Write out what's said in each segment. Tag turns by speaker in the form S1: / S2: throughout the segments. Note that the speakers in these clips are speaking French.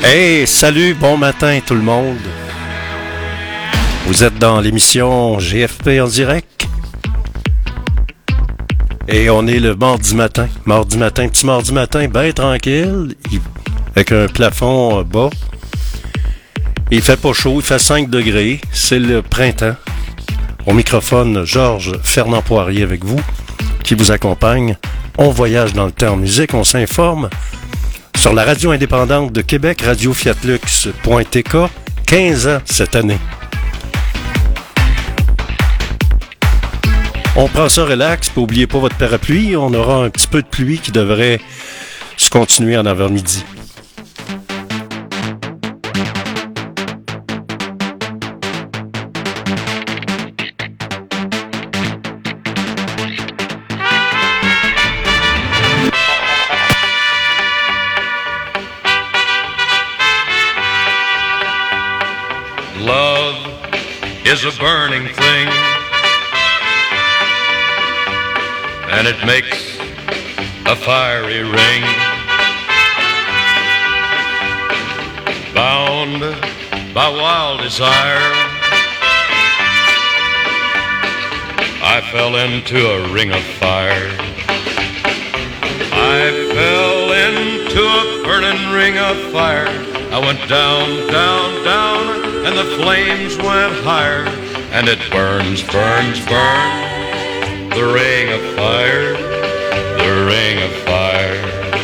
S1: Hey, salut, bon matin tout le monde. Vous êtes dans l'émission GFP en direct. Et on est le mardi matin, petit mardi matin, bien tranquille, avec un plafond bas. Il fait pas chaud, il fait 5 degrés, c'est le printemps. Au microphone, Georges Fernand Poirier avec vous, qui vous accompagne. On voyage dans le temps en musique, on s'informe. Sur la radio indépendante de Québec, radio-fiatlux.tk, 15 ans cette année. On prend ça relax, puis n'oubliez pas votre parapluie. On aura un petit peu de pluie qui devrait se continuer en avant-midi.
S2: Love is a burning thing, and it makes a fiery ring. Bound by wild desire, I fell into a ring of fire. I fell into a burning ring of fire. I went down, down, down, and the flames went higher, and it burns, burns, burns, the ring of fire, the ring of fire.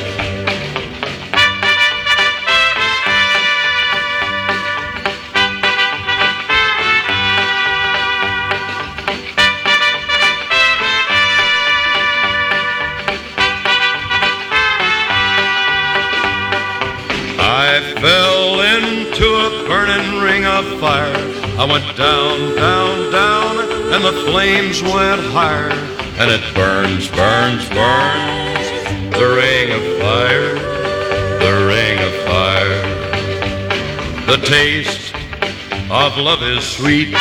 S2: I fell into a burning ring of fire. I went down, down, down, and the flames went higher, and it burns, burns, burns, the ring of fire, the ring of fire. The taste of love is sweet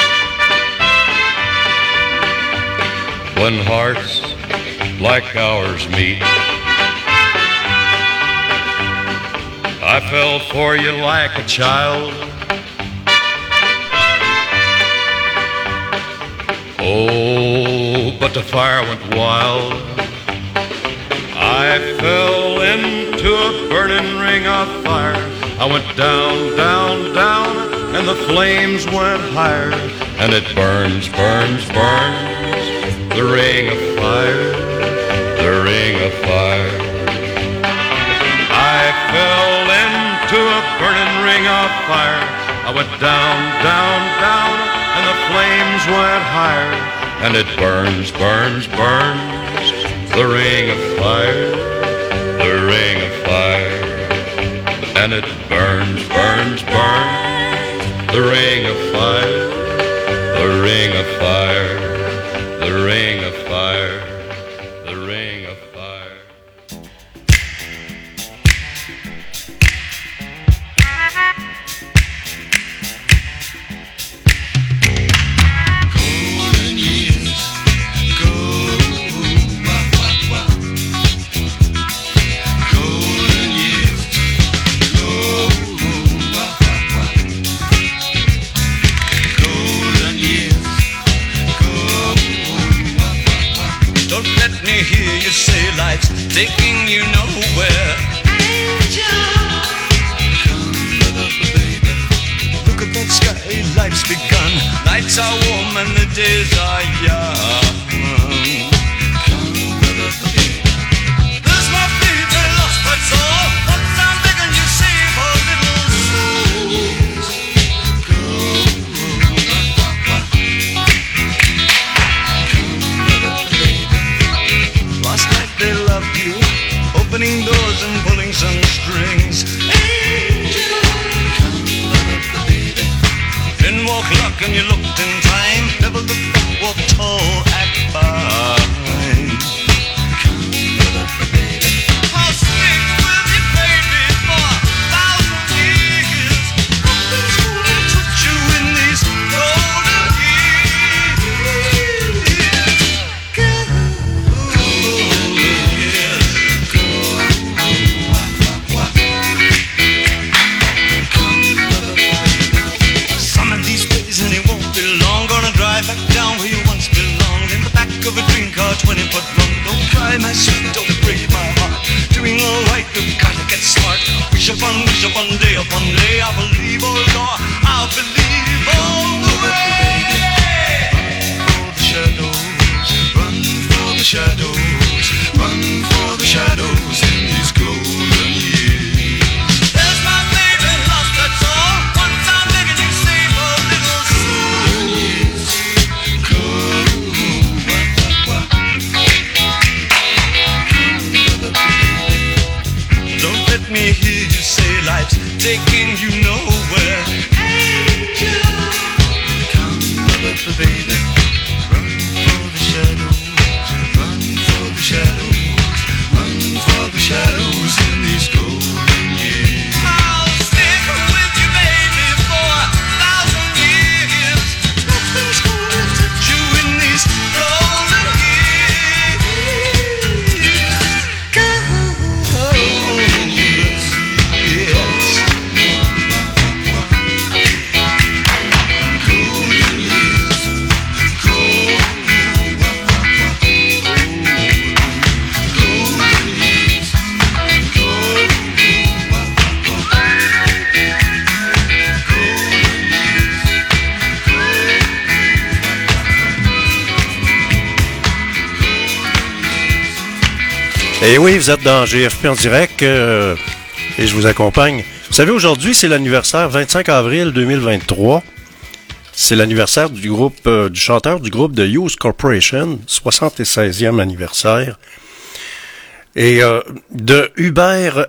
S2: when hearts like ours meet. I fell for you like a child. Oh, but the fire went wild. I fell into a burning ring of fire. I went down, down, down, and the flames went higher, and it burns, burns, burns, the ring of fire, the ring of fire. I fell into a burning ring of fire. I went down, down, down, and the flames went higher, and it burns, burns, burns, the ring of fire, the ring of fire. And it burns, burns, burns, the ring of fire, the ring of fire, the ring of fire, the ring of fire.
S3: Taking you nowhere. Angel, come baby. Look at that sky, life's begun. Nights are warm and the days are young. Come baby. There's my baby lost my soul. Once I'm begging you save a little souls. Last night they loved you, opening doors and pulling some strings. Angel, come baby. Didn't walk luck and you looked in time. Never looked back, walked tall, act
S1: Et oui, vous êtes dans GFP en direct et je vous accompagne. Vous savez, aujourd'hui, c'est l'anniversaire 25 avril 2023. C'est l'anniversaire du groupe, du chanteur du groupe The Used Corporation, 76e anniversaire. Et de Hubert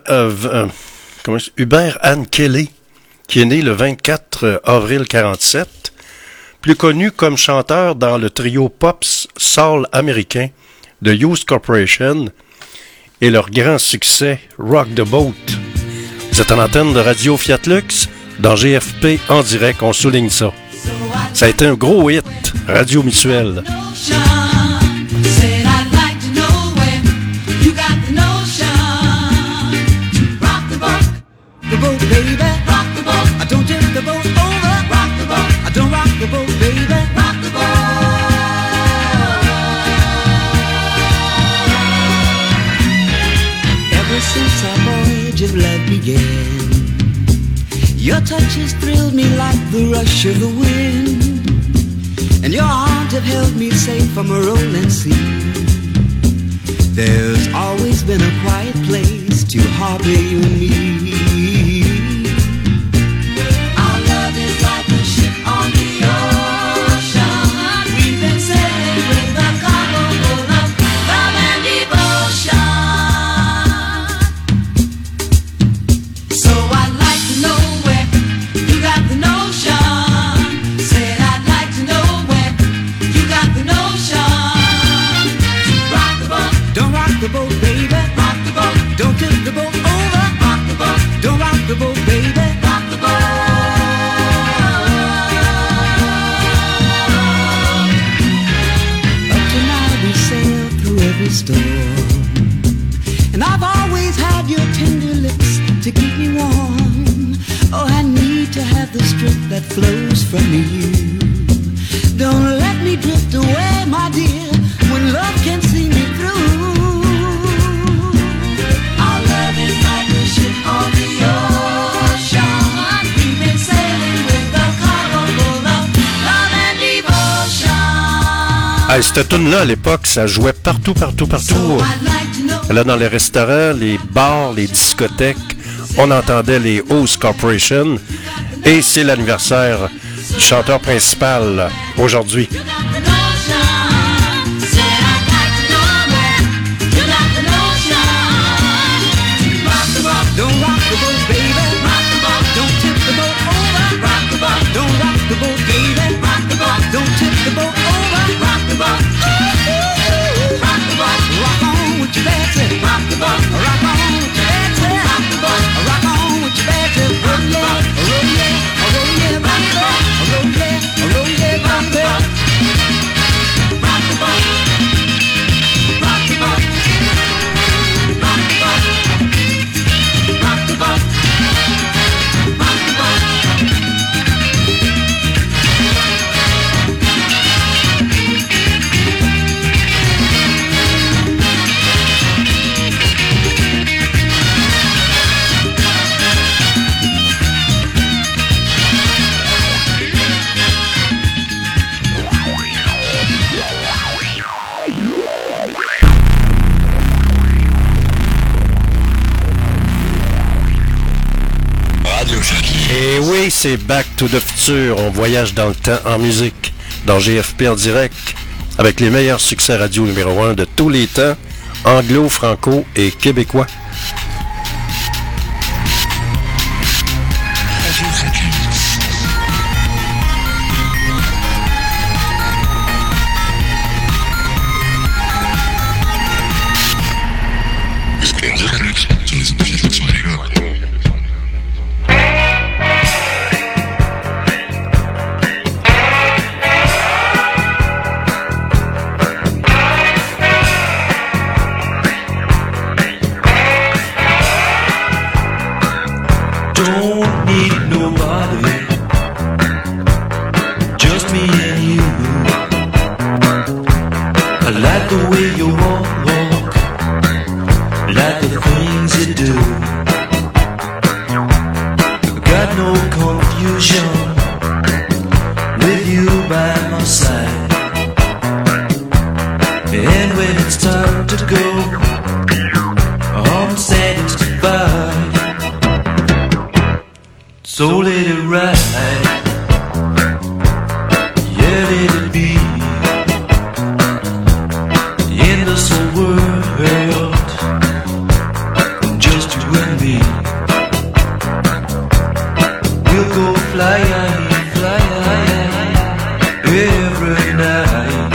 S1: Ann Kelly, qui est né le 24 avril 47, plus connu comme chanteur dans le trio Pops Soul américain The Used Corporation et leur grand succès Rock the Boat. Vous êtes en antenne de Radio Fiat Lux, dans GFP en direct, on souligne ça. Ça a été un gros hit, Radio Mutuelle.
S4: Since our voyage of love began, your touches thrilled me like the rush of the wind, and your arms have held me safe from a rolling sea. There's always been a quiet place to harbor you and me. Our love is like a ship on the ocean. We've been sailing with a cargo full of love and devotion. The boat, baby, rock the boat. Don't tip the boat over, rock the boat. Don't rock the boat, baby, rock the boat. Up to now we sail through every storm, and I've always had your tender lips to keep me warm. Oh, I need to have the strength that flows from you. Don't let me drift away, my dear, when love can see me through. On the ocean, we've been sailing with a cargo full of love and devotion.
S1: Hey, cette tune-là, à l'époque, ça jouait partout. Là, dans les restaurants, les bars, les discothèques, on entendait les Used Corporation. Et c'est l'anniversaire du chanteur principal aujourd'hui.
S4: Don't rock the boat, baby. Rock the boat. Don't tip the boat over. Rock the boat. Don't rock the boat, baby. Rock the boat. Don't tip the boat over. Rock the boat. Rock the boat. Rock on with your dancing. Rock the boat. Rock on with your dancing. Rock the boat. Rock on with your dancing. Roll yeah, roll yeah, roll yeah, rock the boat. Roll yeah, roll yeah, rock the boat. Rock the boat. Rock the boat. Rock the boat. Rock the boat. Rock the boat.
S1: Et oui, c'est Back to the Future. On voyage dans le temps en musique, dans GFP en direct, avec les meilleurs succès radio numéro 1 de tous les temps, anglo, franco et québécois.
S5: And when it's time to go,
S3: So let it ride, yeah, let it be. In this world, just you and me. We'll go flying, flying every night.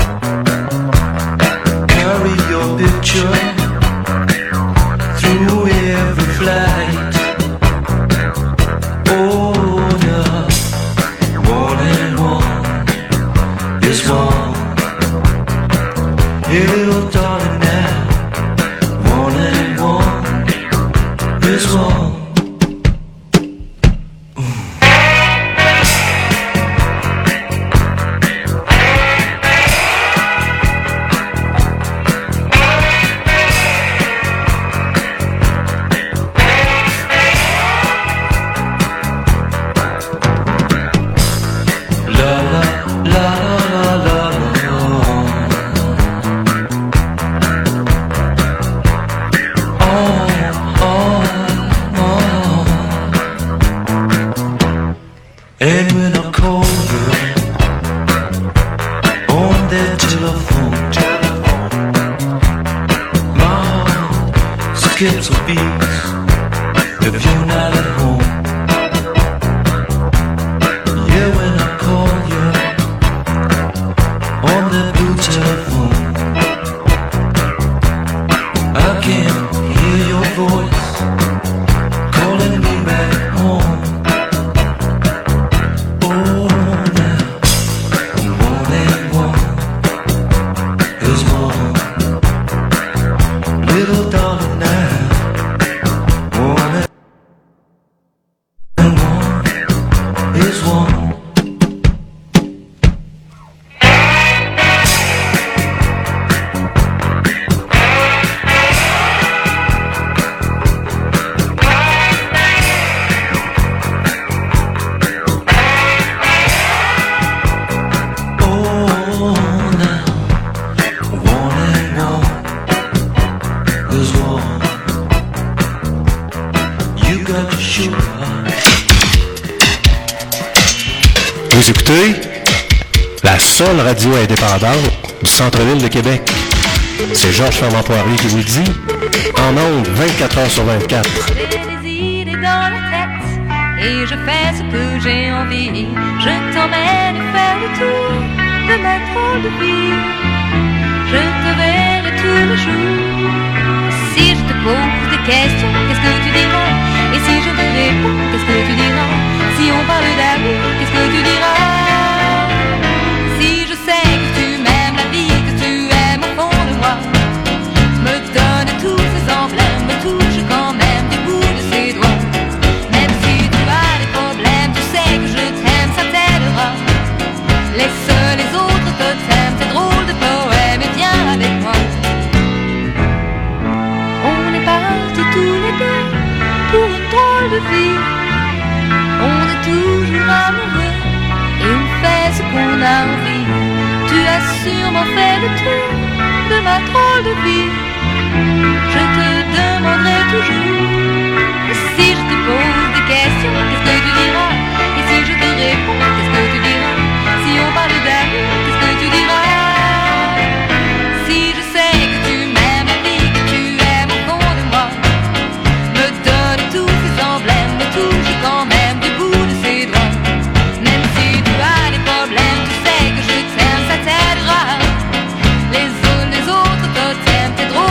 S3: Carry your picture through every flight. Hey, little darling, now, one and one is one. And when I call you on that telephone, my heart skips a beat if you're not at home. Yeah, when I call you on that blue telephone, I can hear your voice calling me back home.
S1: Vous écoutez la seule radio indépendante du centre-ville de Québec. C'est Georges Fermant-Poirier qui vous le dit, en ondes 24 heures sur 24.
S5: J'ai des idées dans la tête et je fais ce que j'ai envie. Je t'emmène faire le tour de ma drôle de vie. Je te verrai tous les jours. Si je te pose des questions, qu'est-ce que tu diras? Et si je te réponds, qu'est-ce que tu diras? Si on parle d'amour, qu'est-ce que tu diras? Si je sais que tu m'aimes la vie, que tu aimes au fond de moi, me donne tous ces emblèmes, me touche quand même du bout de ses doigts. Même si tu as des problèmes, tu sais que je t'aime, ça t'aidera. Laisse les autres totems, tes drôles de poèmes et viens avec moi. On est partis tous les deux pour une drôle de vie. On est toujours amoureux et on fait ce qu'on a envie. Tu as sûrement fait le tour de ma drôle de vie. Je te demanderai toujours. Si je te pose des questions, qu'est-ce que tu diras? Et si je te réponds, qu'est-ce que tu diras? Si on parle d'amour, qu'est-ce que tu diras? Si je sais que tu m'aimes la vie, que tu aimes au fond de moi, me donne tous ces emblèmes, me touche quand même du bout de ses doigts. Même si tu as des problèmes, tu sais que je t'aime, ça t'aidera. Les autres totems, tes drôles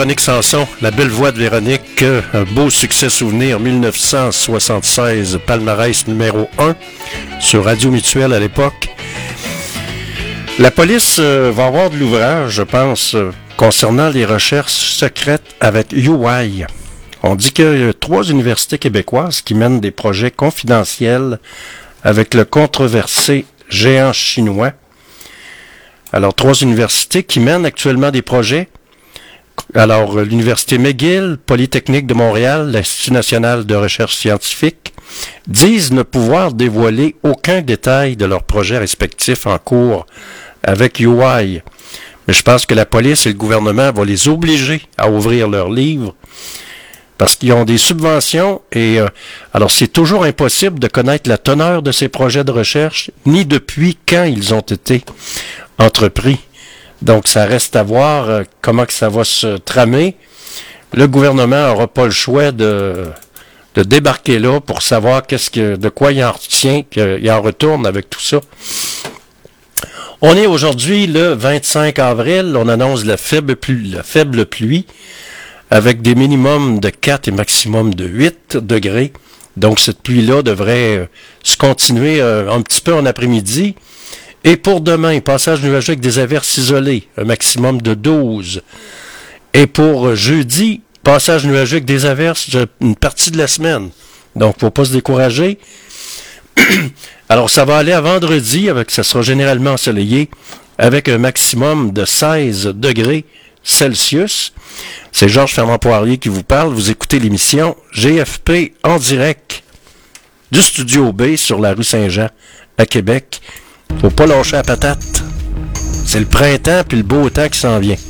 S1: Véronique Sanson, la belle voix de Véronique, un beau succès souvenir 1976, palmarès numéro 1 sur Radio Mutuelle à l'époque. La police va avoir de l'ouvrage, je pense, concernant les recherches secrètes avec UI. On dit qu'il y a 3 universités québécoises qui mènent des projets confidentiels avec le controversé géant chinois. Alors, 3 universités qui mènent actuellement des projets. Alors, l'Université McGill, Polytechnique de Montréal, l'Institut national de recherche scientifique, disent ne pouvoir dévoiler aucun détail de leurs projets respectifs en cours avec UI. Mais je pense que la police et le gouvernement vont les obliger à ouvrir leurs livres parce qu'ils ont des subventions et alors c'est toujours impossible de connaître la teneur de ces projets de recherche ni depuis quand ils ont été entrepris. Donc, ça reste à voir comment que ça va se tramer. Le gouvernement n'aura pas le choix de débarquer là pour savoir de quoi il en retient, qu'il en retourne avec tout ça. On est aujourd'hui le 25 avril. On annonce la faible pluie avec des minimums de 4 et maximum de 8 degrés. Donc, cette pluie-là devrait se continuer un petit peu en après-midi. Et pour demain, passage nuageux avec des averses isolées, un maximum de 12. Et pour jeudi, passage nuageux avec des averses une partie de la semaine. Donc, faut pas se décourager. Alors, ça va aller à vendredi, ça sera généralement ensoleillé, avec un maximum de 16 degrés Celsius. C'est Georges Fermand-Poirier qui vous parle. Vous écoutez l'émission GFP en direct du Studio B sur la rue Saint-Jean à Québec. Faut pas lâcher la patate. C'est le printemps puis le beau temps qui s'en vient.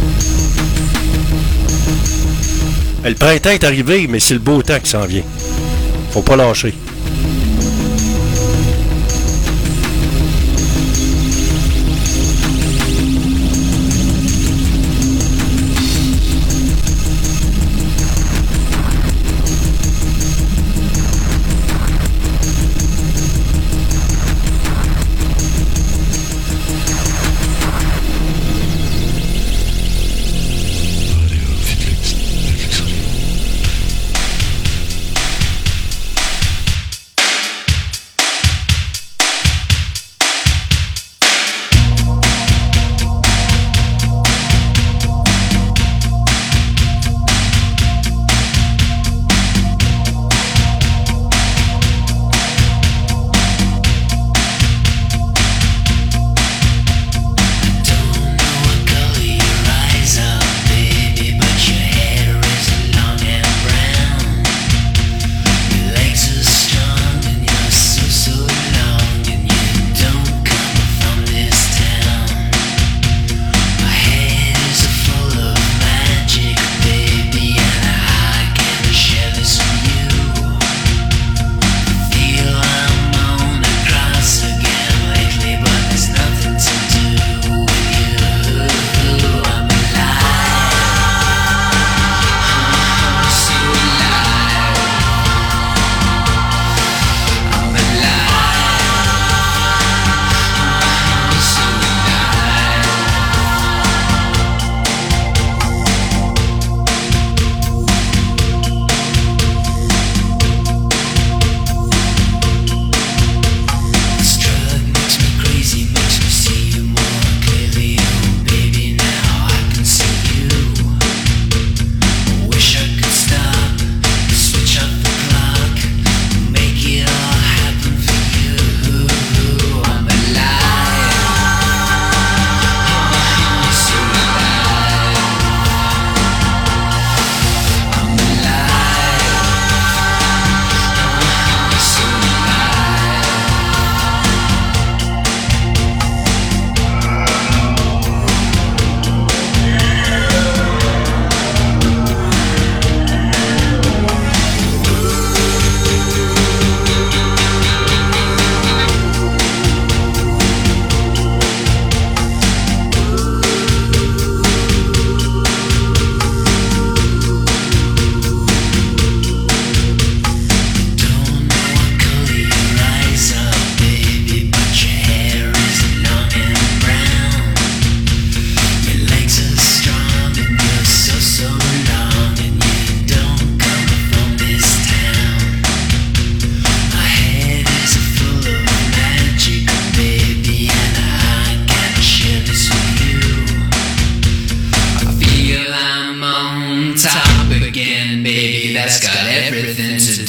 S1: Le printemps est arrivé, mais c'est le beau temps qui s'en vient. Faut pas lâcher.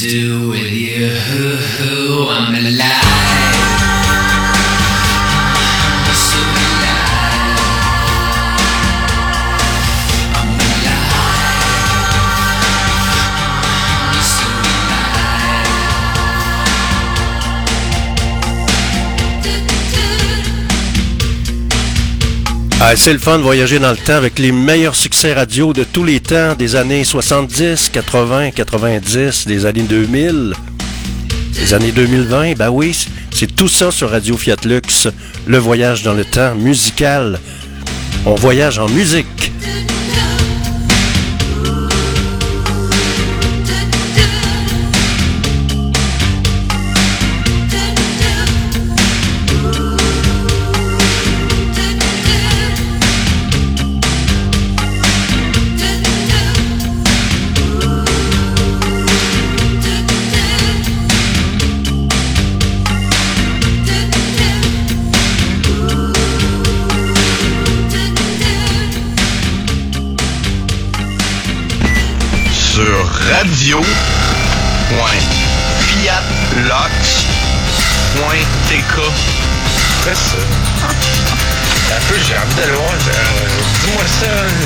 S6: do with you? I'm alive. So alive. I'm alive. So alive.
S1: Ah, c'est le fun de voyager dans le temps avec les meilleurs succès radio de tous les temps, des années 70, 80, 90, des années 2000, des années 2020. Ben oui, c'est tout ça sur Radio Fiat Lux, le voyage dans le temps musical. On voyage en musique.
S7: radio.fiatlox.tk. Quoi ça? Un peu, j'ai envie de le voir. Dis-moi ça,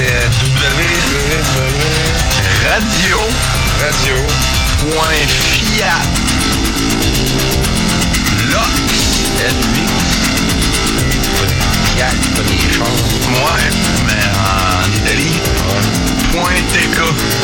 S7: Fiat, pas des chars. Ouais, mais en Italie. .tk.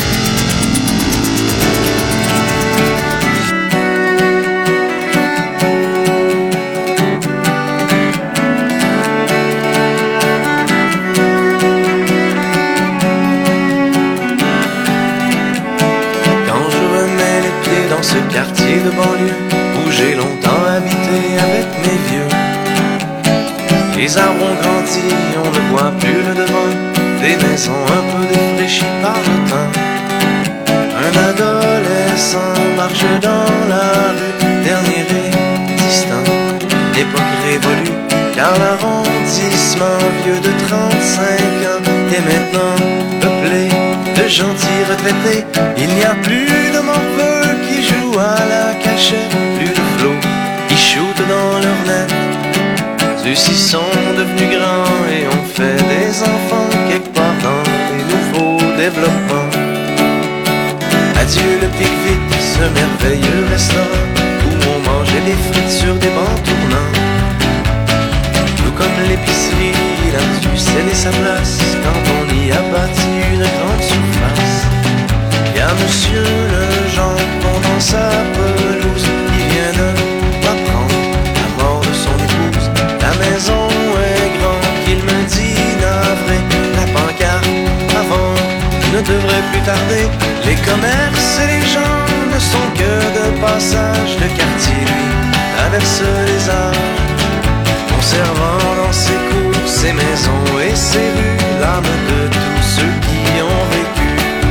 S8: Dans ce quartier de banlieue où j'ai longtemps habité avec mes vieux. Les arbres ont grandi, on ne voit plus le devant, des maisons un peu défraîchies par le temps. Un adolescent marche dans la rue, dernier résistant, l'époque révolue, car l'arrondissement vieux de 35 ans est maintenant peuplé de gentils retraités. Il n'y a plus de morveux qui jouent à la cachette, plus de flots qui shootent dans leur net. Ceux-ci sont devenus grands et ont fait des enfants quelque part dans les nouveaux développements. Adieu le pique-vite, ce merveilleux restaurant où on mangeait des frites sur des bancs tournants. Tout comme l'épicerie, il a dû céder sa place quand on y a bâti une grande surface. Y'a monsieur le jambon dans sa pelouse qui vient de m'apprendre la mort de son épouse. La maison est grande, qu'il me dit navré. La pancarte avant ne devrait plus tarder. Les commerces et les gens ne sont que de passage. Le quartier, lui, traverse les âges, conservant dans ses cours, ses maisons et ses rues l'âme de tous ceux qui ont vécu.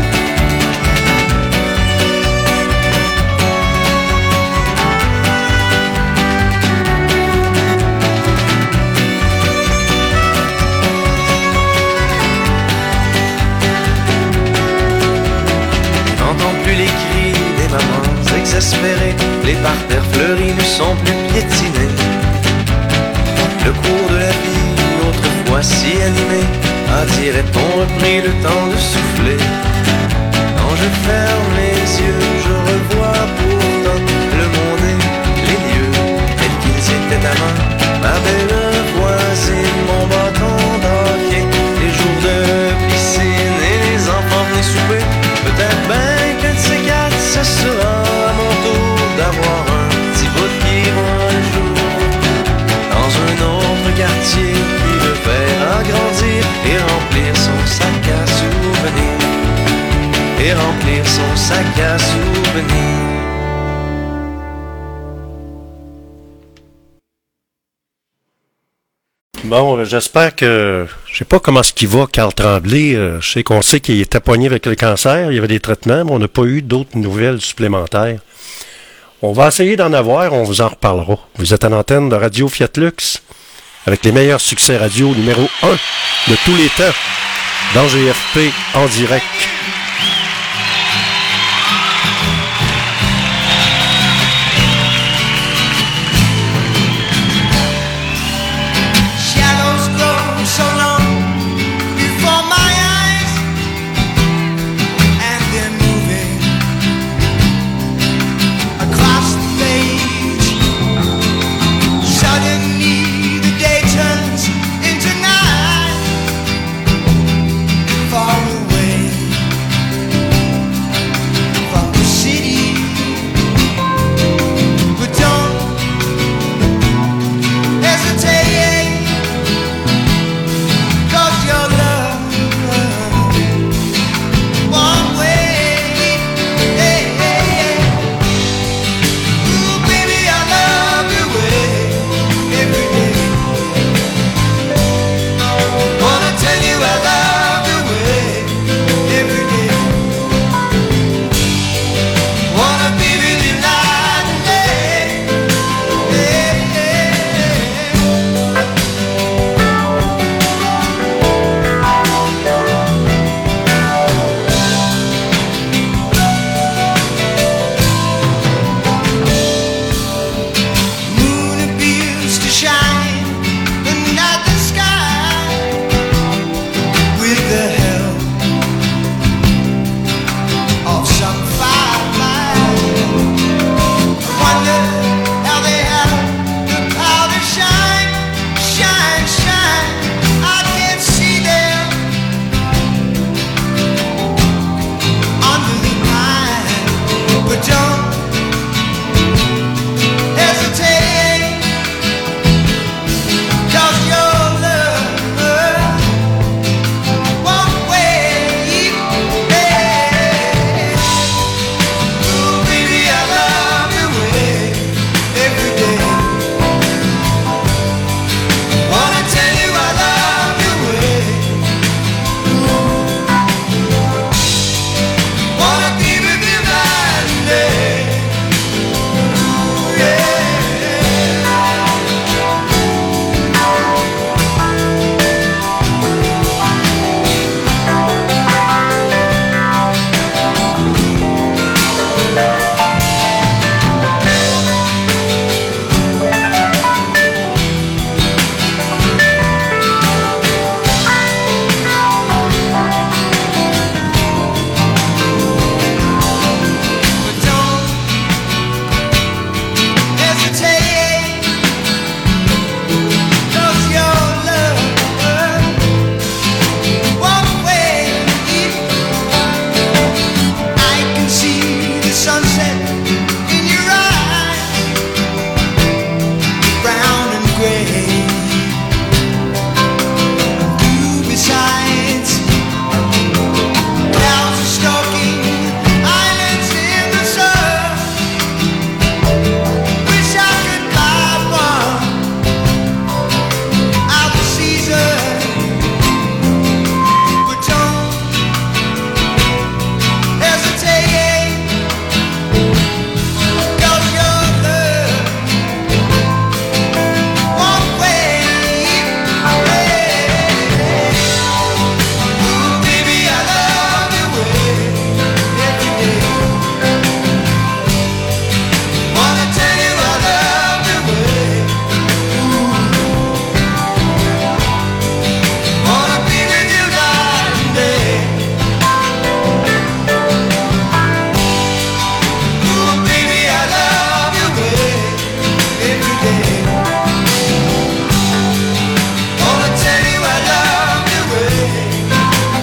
S8: Plus les cris des mamans exaspérées, les parterres fleuris ne sont plus piétinés. Le cours de la vie, autrefois si animé, a dirait-on repris le temps de souffler. Quand je ferme les yeux, je revois pourtant le monde et les lieux tels qu'ils étaient avant. Ma belle voisine, mon bâton d'hockey, les jours de piscine et les enfants venaient souper. Peut-être bien qu'un de ces quatre, ce sera à mon tour d'avoir un petit bout qui voit le jour dans un autre quartier qui le verra grandir et remplir son sac à souvenirs. Et remplir son sac à souvenirs.
S1: Bon, j'espère que... Je sais pas comment ce qu'il va, Carl Tremblay. Je sais qu'on sait qu'il était poigné avec le cancer. Il y avait des traitements, mais on n'a pas eu d'autres nouvelles supplémentaires. On va essayer d'en avoir, on vous en reparlera. Vous êtes à l'antenne de Radio Fiat Lux, avec les meilleurs succès radio numéro 1 de tous les temps, dans GFP en direct.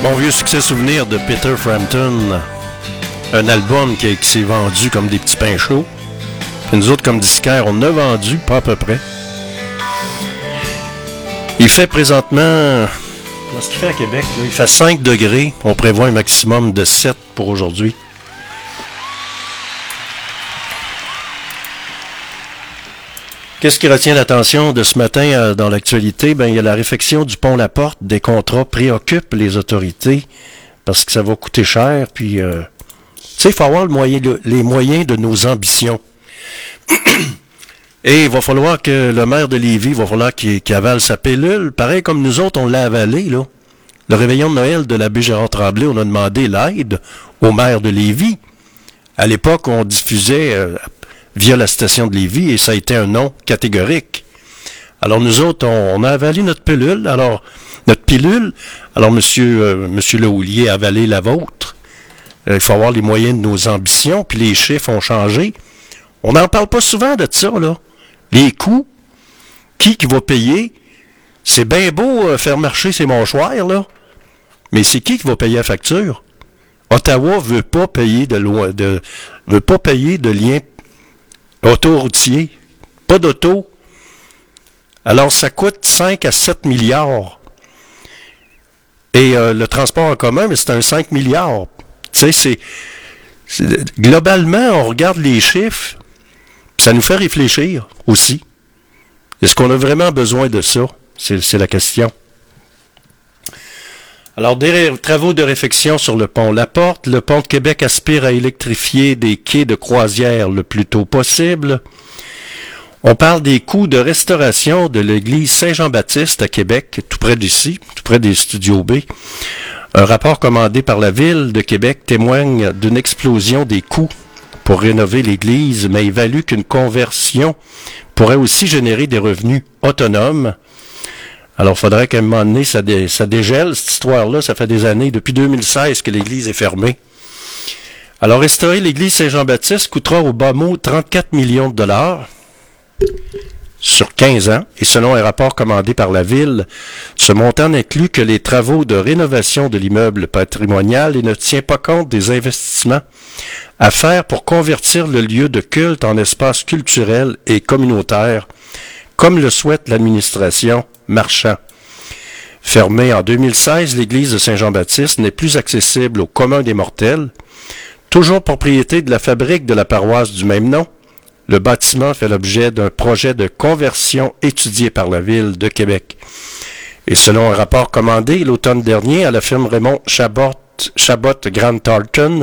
S1: bon vieux succès souvenir de Peter Frampton. Un album qui s'est vendu comme des petits pains chauds. Puis nous autres, comme disquaires, on a vendu, pas à peu près. Il fait présentement... Qu'est-ce qu'il fait à Québec? Là? Il fait 5 degrés. On prévoit un maximum de 7 pour aujourd'hui. Qu'est-ce qui retient l'attention de ce matin dans l'actualité? Ben, il y a la réfection du pont La Porte. Des contrats préoccupent les autorités parce que ça va coûter cher. Puis, tu sais, il faut avoir les moyens de nos ambitions. Et il va falloir que le maire de Lévis, il va falloir qu'il avale sa pilule. Pareil comme nous autres, on l'a avalé, là. Le réveillon de Noël de l'abbé Gérard Tremblay, on a demandé l'aide au maire de Lévis. À l'époque, on diffusait via la station de Lévis et ça a été un non catégorique. Alors nous autres, on a avalé notre pilule. Alors, monsieur Lehoulier a avalé la vôtre. Il faut avoir les moyens de nos ambitions, puis les chiffres ont changé. On n'en parle pas souvent de ça, là. Les coûts, qui va payer? C'est bien beau faire marcher ses mâchoires, là. Mais c'est qui va payer la facture? Ottawa veut pas payer de lien autoroutier. Pas d'auto. Alors, ça coûte 5 à 7 milliards. Et le transport en commun, mais c'est un 5 milliards. Tu sais, globalement, on regarde les chiffres, ça nous fait réfléchir aussi. Est-ce qu'on a vraiment besoin de ça? C'est la question. Alors, des travaux de réfection sur le pont La Porte. Le pont de Québec aspire à électrifier des quais de croisière le plus tôt possible. On parle des coûts de restauration de l'église Saint-Jean-Baptiste à Québec, tout près d'ici, tout près des studios B. Un rapport commandé par la Ville de Québec témoigne d'une explosion des coûts pour rénover l'église, mais évalue qu'une conversion pourrait aussi générer des revenus autonomes. Alors, il faudrait qu'à un moment donné, ça dégèle, cette histoire-là. Ça fait des années, depuis 2016, que l'église est fermée. Alors, restaurer l'église Saint-Jean-Baptiste coûtera au bas mot 34 millions de dollars sur 15 ans. Et selon un rapport commandé par la Ville, ce montant n'inclut que les travaux de rénovation de l'immeuble patrimonial et ne tient pas compte des investissements à faire pour convertir le lieu de culte en espace culturel et communautaire, comme le souhaite l'administration Marchand. Fermée en 2016, l'église de Saint-Jean-Baptiste n'est plus accessible au commun des mortels. Toujours propriété de la fabrique de la paroisse du même nom, le bâtiment fait l'objet d'un projet de conversion étudié par la Ville de Québec. Et selon un rapport commandé l'automne dernier à la firme Raymond Chabot Grant Thornton,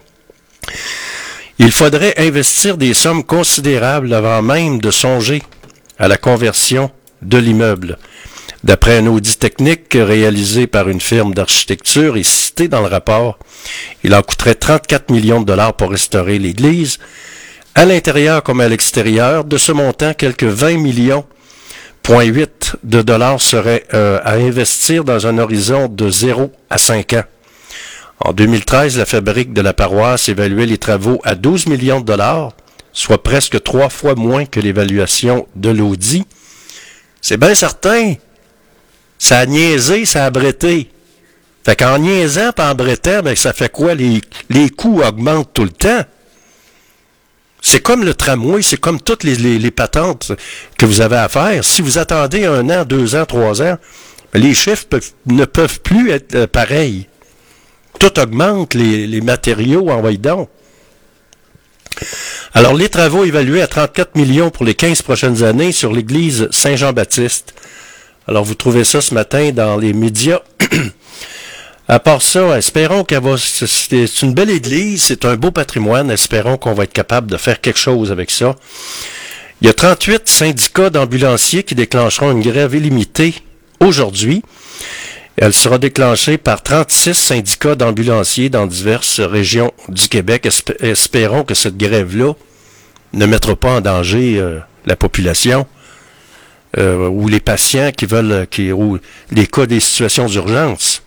S1: il faudrait investir des sommes considérables avant même de songer à la conversion de l'immeuble. D'après un audit technique réalisé par une firme d'architecture et cité dans le rapport, il en coûterait 34 millions de dollars pour restaurer l'église. À l'intérieur comme à l'extérieur, de ce montant, quelques 20 millions de dollars seraient à investir dans un horizon de 0 à 5 ans. En 2013, la fabrique de la paroisse évaluait les travaux à 12 millions de dollars, soit presque 3 fois moins que l'évaluation de l'audit. C'est bien certain. Ça a niaisé, ça a bretté. Fait qu'en niaisant et en brettant, ben, ça fait quoi? Les coûts augmentent tout le temps. C'est comme le tramway, c'est comme toutes les patentes que vous avez à faire. Si vous attendez 1 an, 2 ans, 3 ans, les chiffres ne peuvent plus être pareils. Tout augmente, les matériaux, envoyez donc. Alors, les travaux évalués à 34 millions pour les 15 prochaines années sur l'église Saint-Jean-Baptiste. Alors, vous trouvez ça ce matin dans les médias. À part ça, espérons c'est une belle église, c'est un beau patrimoine. Espérons qu'on va être capable de faire quelque chose avec ça. Il y a 38 syndicats d'ambulanciers qui déclencheront une grève illimitée aujourd'hui. Elle sera déclenchée par 36 syndicats d'ambulanciers dans diverses régions du Québec. Espérons que cette grève-là ne mettra pas en danger la population ou les patients ou les cas des situations d'urgence.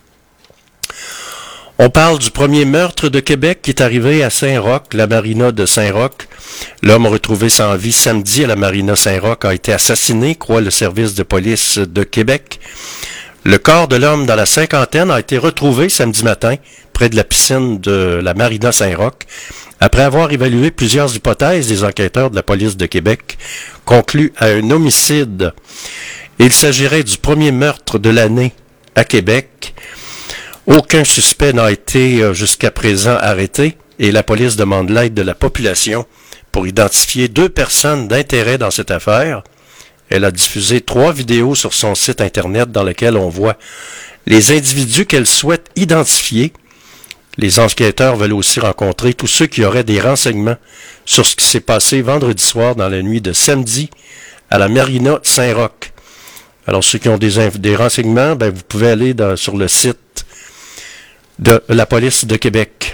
S1: On parle du premier meurtre de Québec qui est arrivé à Saint-Roch, la marina de Saint-Roch. L'homme retrouvé sans vie samedi à la marina Saint-Roch a été assassiné, croit le service de police de Québec. Le corps de l'homme dans la cinquantaine a été retrouvé samedi matin près de la piscine de la Marina Saint-Roch. Après avoir évalué plusieurs hypothèses, les enquêteurs de la police de Québec concluent à un homicide. Il s'agirait du premier meurtre de l'année à Québec. Aucun suspect n'a été jusqu'à présent arrêté et la police demande l'aide de la population pour identifier 2 personnes d'intérêt dans cette affaire. Elle a diffusé 3 vidéos sur son site Internet dans lesquelles on voit les individus qu'elle souhaite identifier. Les enquêteurs veulent aussi rencontrer tous ceux qui auraient des renseignements sur ce qui s'est passé vendredi soir dans la nuit de samedi à la Marina Saint-Roch. Alors, ceux qui ont des renseignements, vous pouvez aller sur le site de la police de Québec.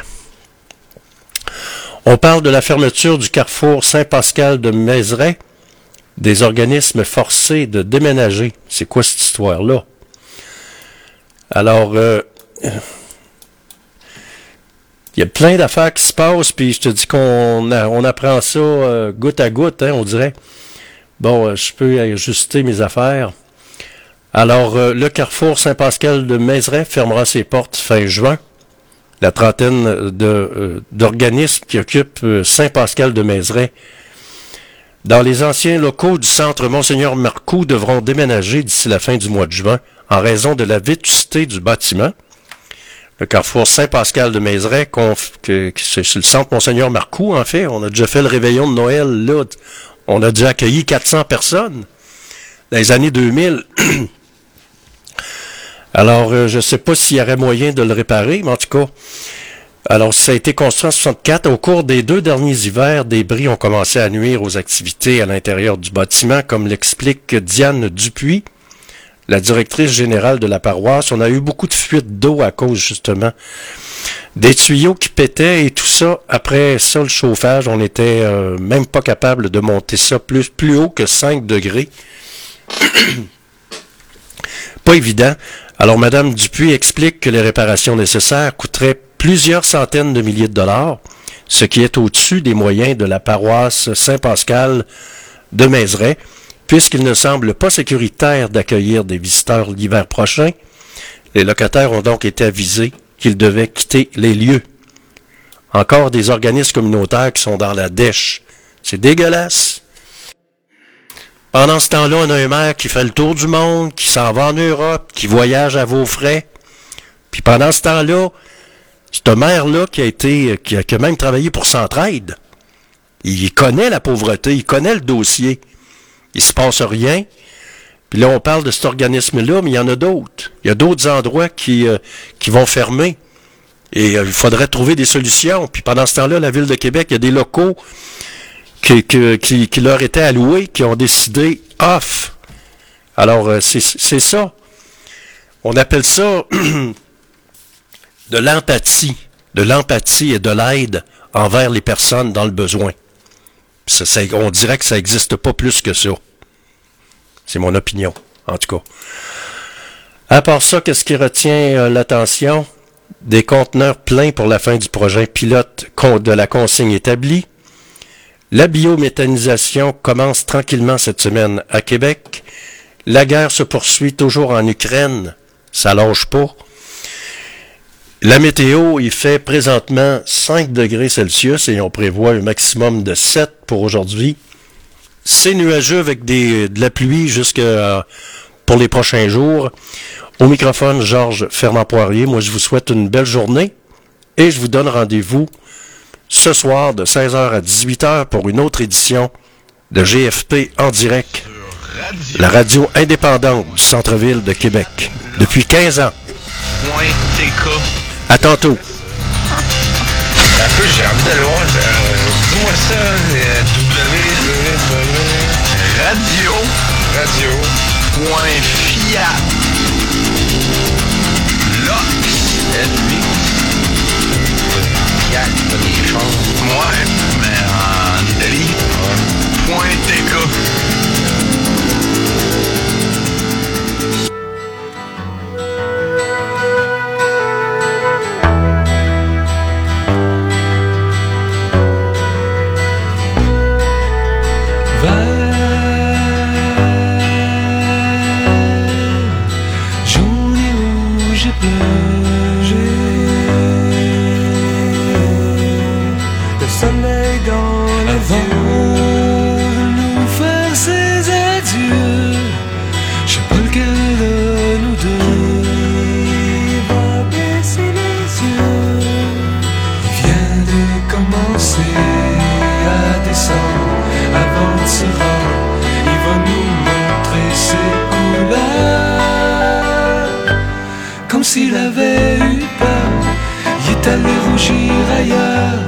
S1: On parle de la fermeture du carrefour Saint-Pascal de Mézeray, des organismes forcés de déménager. C'est quoi cette histoire-là? Alors, il y a plein d'affaires qui se passent, puis je te dis qu'on apprend ça goutte à goutte, on dirait. Bon, je peux ajuster mes affaires. Alors, le carrefour Saint-Pascal de Mézeray fermera ses portes fin juin. La trentaine d'organismes qui occupent Saint-Pascal de Mézeray dans les anciens locaux du centre Monseigneur Marcoux devront déménager d'ici la fin du mois de juin en raison de la vétusté du bâtiment. Le carrefour Saint-Pascal de Mézeray, c'est sur le centre Monseigneur Marcoux, en fait. On a déjà fait le réveillon de Noël, là. On a déjà accueilli 400 personnes dans les années 2000. Alors, je ne sais pas s'il y aurait moyen de le réparer, mais en tout cas, alors ça a été construit en 1964. Au cours des 2 derniers hivers, des bris ont commencé à nuire aux activités à l'intérieur du bâtiment, comme l'explique Diane Dupuis, la directrice générale de la paroisse. On a eu beaucoup de fuites d'eau à cause, justement, des tuyaux qui pétaient et tout ça. Après ça, le chauffage, on n'était même pas capable de monter ça plus haut que 5 degrés. Pas évident. Alors, Mme Dupuis explique que les réparations nécessaires coûteraient plusieurs centaines de milliers de dollars, ce qui est au-dessus des moyens de la paroisse Saint-Pascal de Mézeray, puisqu'il ne semble pas sécuritaire d'accueillir des visiteurs l'hiver prochain. Les locataires ont donc été avisés qu'ils devaient quitter les lieux. Encore des organismes communautaires qui sont dans la dèche. C'est dégueulasse. Pendant ce temps-là, on a un maire qui fait le tour du monde, qui s'en va en Europe, qui voyage à vos frais. Puis pendant ce temps-là, c'est un maire-là qui a même travaillé pour Centraide. Il connaît la pauvreté, il connaît le dossier. Il se passe rien. Puis là, on parle de cet organisme-là, mais il y en a d'autres. Il y a d'autres endroits qui vont fermer. Et il faudrait trouver des solutions. Puis pendant ce temps-là, la Ville de Québec, il y a des locaux qui leur étaient alloués, qui ont décidé off. Alors, c'est ça. On appelle ça de l'empathie et de l'aide envers les personnes dans le besoin. On dirait que ça n'existe pas plus que ça. C'est mon opinion, en tout cas. À part ça, qu'est-ce qui retient l'attention? Des conteneurs pleins pour la fin du projet pilote de la consigne établie. La biométhanisation commence tranquillement cette semaine à Québec. La guerre se poursuit toujours en Ukraine. Ça lâche pas. La météo, il fait présentement 5 degrés Celsius et on prévoit un maximum de 7 pour aujourd'hui. C'est nuageux avec de la pluie pour les prochains jours. Au microphone, Georges Fernand-Poirier. Moi, je vous souhaite une belle journée et je vous donne rendez-vous ce soir de 16h à 18h pour une autre édition de GFP en direct. La radio indépendante du centre-ville de Québec. Depuis 15 ans. À tantôt.
S7: Un peu, j'ai envie d'aller voir. Dis-moi ça, radio.fiat. Lox. Fiat, t'as des choses. Ouais, mais en Italie. .tk.
S9: Jour Avant de nous faire ces adieux, je sais pas lequel de nous deux va baisser les yeux. Il vient de commencer à descendre avant de se rendre. Il va nous montrer ses couleurs. Comme s'il avait eu peur, il est allé rougir ailleurs.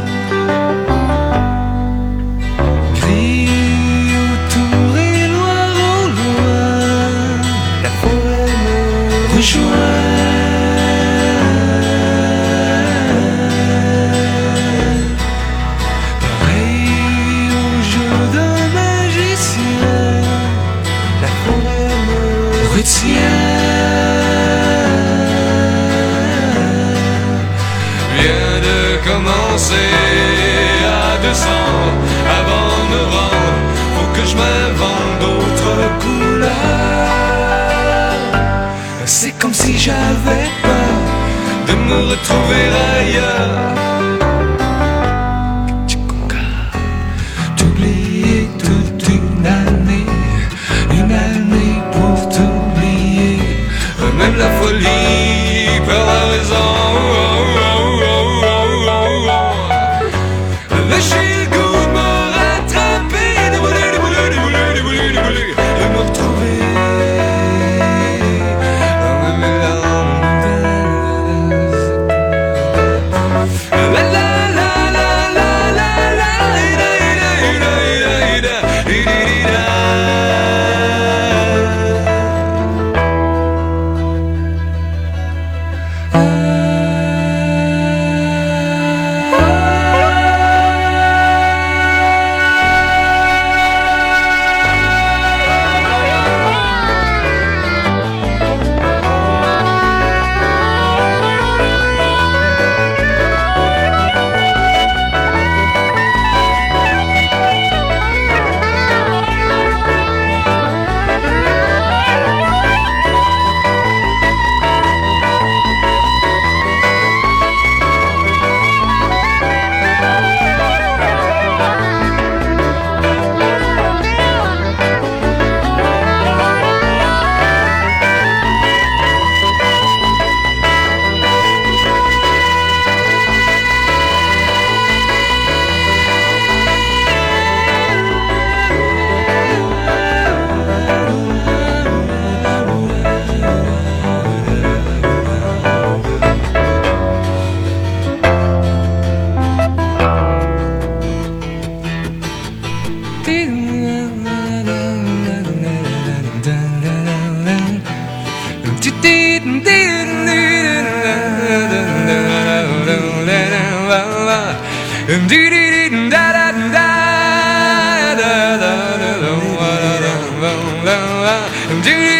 S9: Gris autour et noir au loin, la forêt me rejoint. Pareil au jeu d'un magicien, la forêt me retient. Vient de commencer à descendre avant de me rendre. Faut que je m'invente d'autres couleurs. C'est comme si j'avais peur de me retrouver ailleurs. T'oublier toute une année pour t'oublier. Même la folie perd la raison. J'ai le goût de me rattraper, de me retrouver. La la la la la la la Do